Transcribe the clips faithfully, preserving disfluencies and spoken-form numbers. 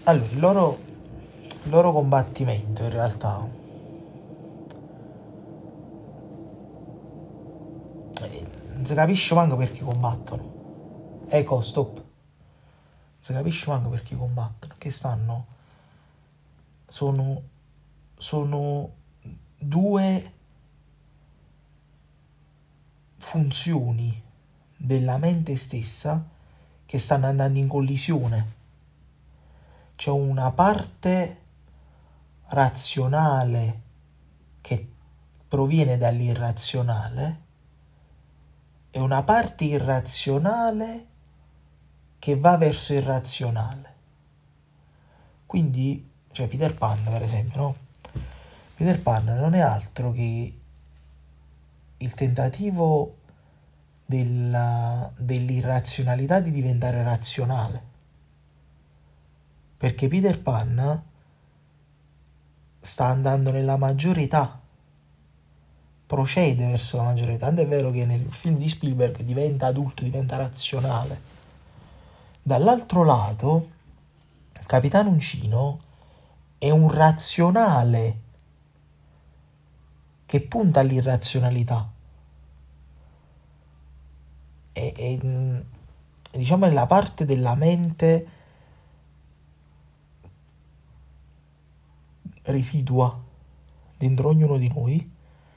Allora, il loro, il loro combattimento in realtà eh, non si capisce manco perché combattono. Ecco, stop. Non si capisce manco perché combattono. Che stanno. Sono. Sono due funzioni della mente stessa che stanno andando in collisione. C'è una parte razionale che proviene dall'irrazionale e una parte irrazionale che va verso il razionale. Quindi, cioè Peter Pan per esempio, no? Peter Pan non è altro che il tentativo della, dell'irrazionalità di diventare razionale. Perché Peter Pan sta andando nella maggiore età, procede verso la maggiore età, tanto è vero che nel film di Spielberg diventa adulto, diventa razionale. Dall'altro lato, Capitan Uncino è un razionale che punta all'irrazionalità. È, è, diciamo, è la parte della mente residua dentro ognuno di noi,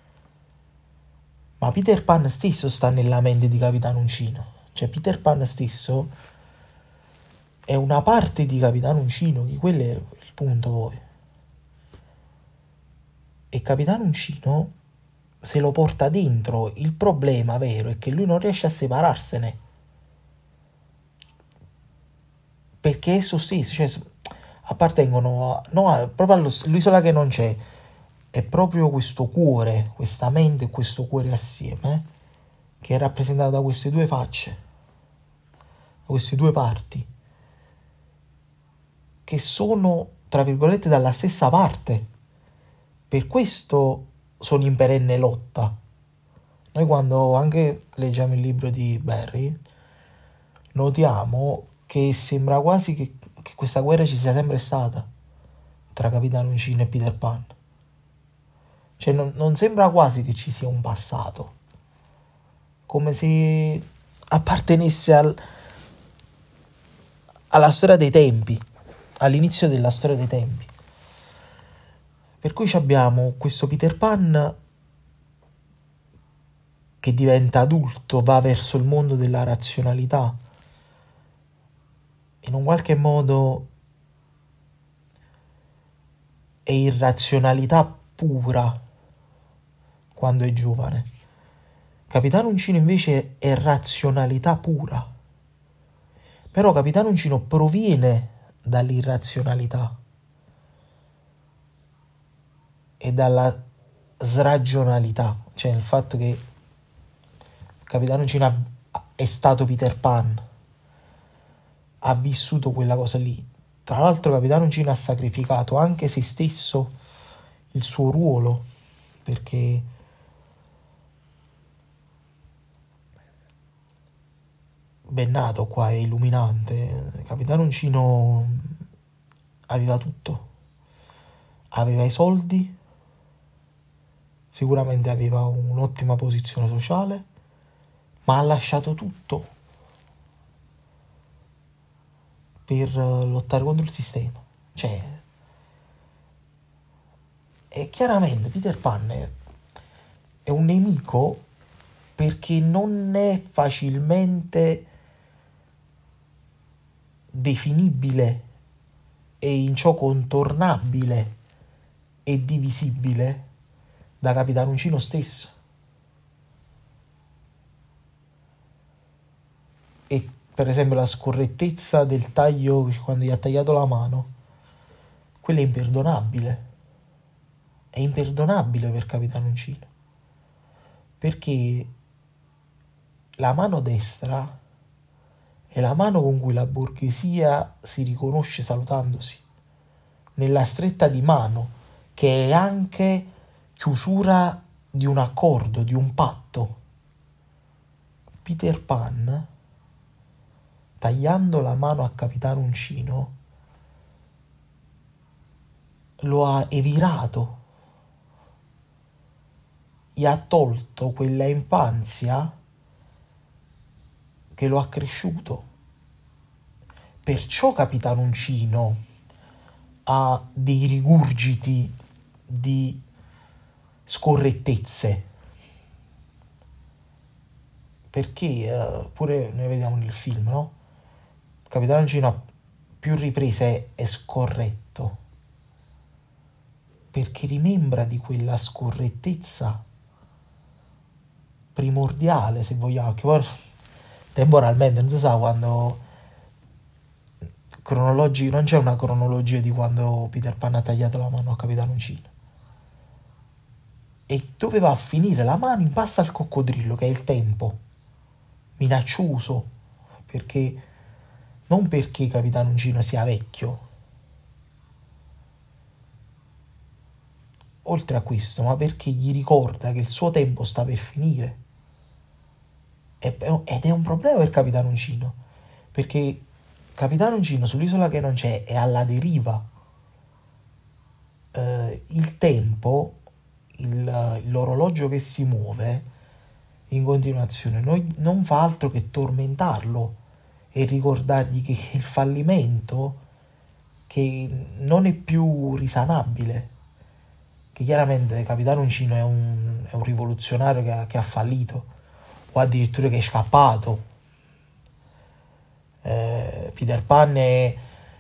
ma Peter Pan stesso sta nella mente di Capitan Uncino. Cioè Peter Pan stesso è una parte di Capitan Uncino, che quello è il punto poi. E Capitan Uncino se lo porta dentro. Il problema vero è che lui non riesce a separarsene, perché esso stesso, cioè appartengono a, no, a, proprio all'isola che non c'è. È proprio questo cuore, questa mente e questo cuore assieme, che è rappresentato da queste due facce, da queste due parti, che sono, tra virgolette, dalla stessa parte. Per questo sono in perenne lotta. Noi quando anche leggiamo il libro di Barry, notiamo che sembra quasi che, che questa guerra ci sia sempre stata tra Capitan Uncino e Peter Pan. Cioè non, non sembra quasi che ci sia un passato, come se appartenesse al, alla storia dei tempi, all'inizio della storia dei tempi. Per cui abbiamo questo Peter Pan che diventa adulto, va verso il mondo della razionalità, in un qualche modo è irrazionalità pura quando è giovane. Capitan Uncino invece è razionalità pura. Però Capitan Uncino proviene dall'irrazionalità e dalla sragionalità, cioè il fatto che Capitan Uncino è stato Peter Pan, ha vissuto quella cosa lì. Tra l'altro Capitan Uncino ha sacrificato anche se stesso, il suo ruolo, perché Bennato qua è illuminante. Capitan Uncino aveva tutto, aveva i soldi, sicuramente aveva un'ottima posizione sociale, ma ha lasciato tutto per lottare contro il sistema. Cioè, e chiaramente Peter Pan è, è un nemico perché non è facilmente definibile e in ciò contornabile e divisibile da Capitan Uncino stesso. E per esempio la scorrettezza del taglio quando gli ha tagliato la mano, quella è imperdonabile. È imperdonabile per Capitan Uncino, perché la mano destra è la mano con cui la borghesia si riconosce salutandosi, nella stretta di mano, che è anche chiusura di un accordo, di un patto. Peter Pan, tagliando la mano a Capitan Uncino, lo ha evirato, gli ha tolto quella infanzia che lo ha cresciuto. Perciò Capitano Uncino ha dei rigurgiti di scorrettezze, perché eh, pure noi vediamo nel film, no? Capitano Uncino a più riprese è scorretto, perché rimembra di quella scorrettezza primordiale, se vogliamo, che poi temporalmente non si sa quando cronologico, non c'è una cronologia di quando Peter Pan ha tagliato la mano a Capitano Uncino, e dove va a finire la mano in pasta al coccodrillo, che è il tempo minaccioso, perché non perché Capitano Uncino sia vecchio, oltre a questo, ma perché gli ricorda che il suo tempo sta per finire. Ed è un problema per Capitano Uncino, perché Capitano Uncino sull'isola che non c'è è alla deriva. Eh, il tempo, il, l'orologio che si muove in continuazione noi, non fa altro che tormentarlo e ricordargli che il fallimento, che non è più risanabile, che chiaramente Capitano Uncino è un, è un rivoluzionario che ha, che ha fallito, o addirittura che è scappato. eh, Peter Pan è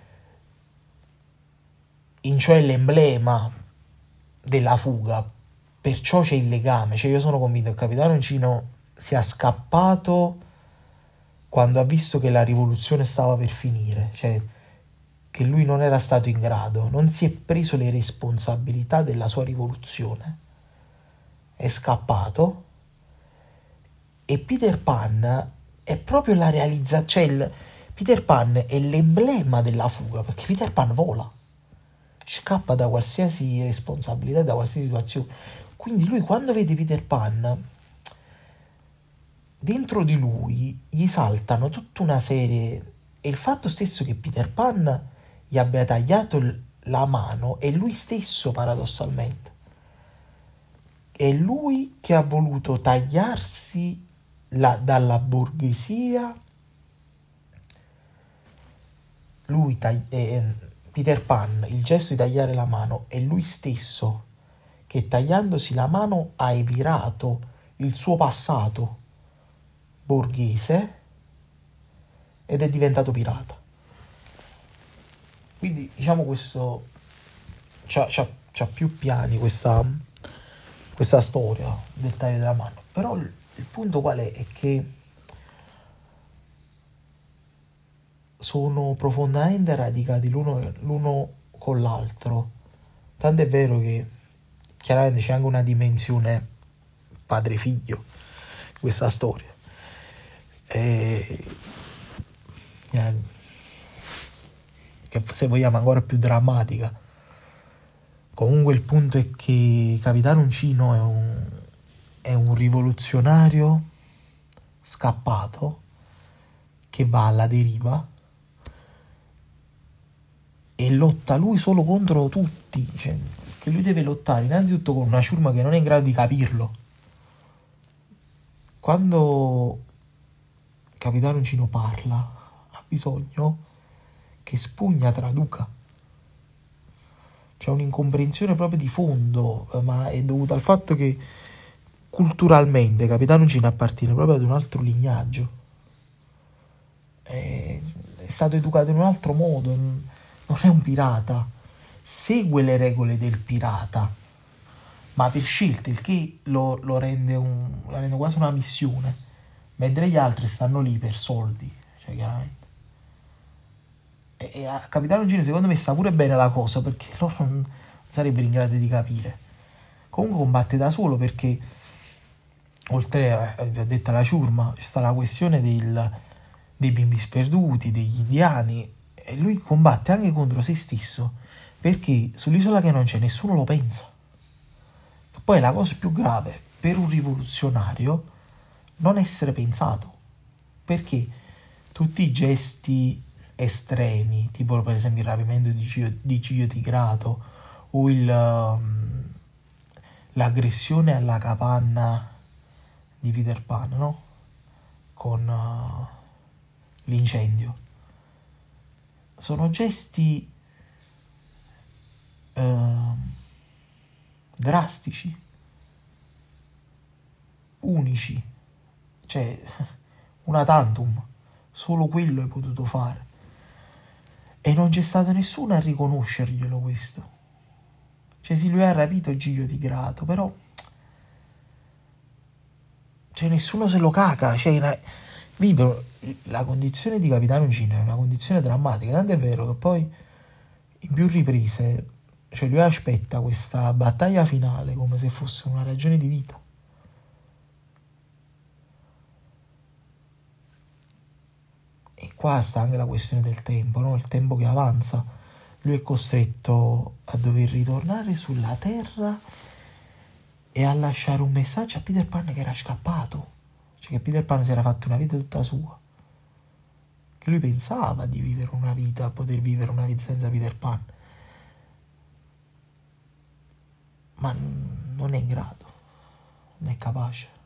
in ciò è l'emblema della fuga, perciò c'è il legame, cioè io sono convinto che Capitano Uncino sia scappato quando ha visto che la rivoluzione stava per finire, cioè che lui non era stato in grado, non si è preso le responsabilità della sua rivoluzione, è scappato. E Peter Pan è proprio la realizzazione, cioè il, Peter Pan è l'emblema della fuga, perché Peter Pan vola, scappa da qualsiasi responsabilità, da qualsiasi situazione. Quindi lui quando vede Peter Pan, dentro di lui gli saltano tutta una serie, e il fatto stesso che Peter Pan gli abbia tagliato la mano è lui stesso, paradossalmente. È lui che ha voluto tagliarsi la, dalla borghesia. Lui tagli- eh, Peter Pan, il gesto di tagliare la mano è lui stesso che, tagliandosi la mano, ha evirato il suo passato borghese ed è diventato pirata. Quindi diciamo questo c'ha, c'ha, c'ha più piani questa, questa storia del taglio della mano. Però il, il punto qual è? È che sono profondamente radicati l'uno, l'uno con l'altro. Tanto è vero che chiaramente c'è anche una dimensione padre-figlio in questa storia. E, che se vogliamo ancora più drammatica. Comunque il punto è che Capitano Uncino è un, è un rivoluzionario scappato che va alla deriva e lotta lui solo contro tutti, cioè, che lui deve lottare innanzitutto con una ciurma che non è in grado di capirlo. Quando Capitano Uncino parla ha bisogno che Spugna traduca. C'è un'incomprensione proprio di fondo, ma è dovuta al fatto che culturalmente Capitano Uncino appartiene proprio ad un altro lignaggio, è, è stato educato in un altro modo, non è un pirata, segue le regole del pirata ma per scelta, il che lo, lo rende un, la rende quasi una missione, mentre gli altri stanno lì per soldi, cioè chiaramente. E, e a Capitano Uncino secondo me sta pure bene la cosa, perché loro non sarebbero in grado di capire. Comunque combatte da solo perché, oltre a, vi ho detto, alla ciurma, ci sta la questione del, dei bimbi sperduti, degli indiani, e lui combatte anche contro se stesso, perché sull'isola che non c'è nessuno lo pensa. E poi la cosa più grave per un rivoluzionario non essere pensato, perché tutti i gesti estremi, tipo per esempio il rapimento di Gio, di Gio Tigrato, o il, um, l'aggressione alla capanna di Peter Pan, no? Con uh, l'incendio. Sono gesti uh, drastici, unici, cioè una tantum, solo quello hai potuto fare. E non c'è stato nessuno a riconoscerglielo questo. Cioè sì, lui ha rapito Giglio di Grato, però cioè nessuno se lo caca. Cioè, la, vive la condizione di Capitano Uncino è una condizione drammatica, tanto è vero che poi in più riprese, cioè lui aspetta questa battaglia finale come se fosse una ragione di vita. E qua sta anche la questione del tempo, no? Il tempo che avanza. Lui è costretto a dover ritornare sulla Terra e a lasciare un messaggio a Peter Pan che era scappato. Cioè che Peter Pan si era fatto una vita tutta sua. Che lui pensava di vivere una vita, poter vivere una vita senza Peter Pan. Ma non è in grado, non è capace.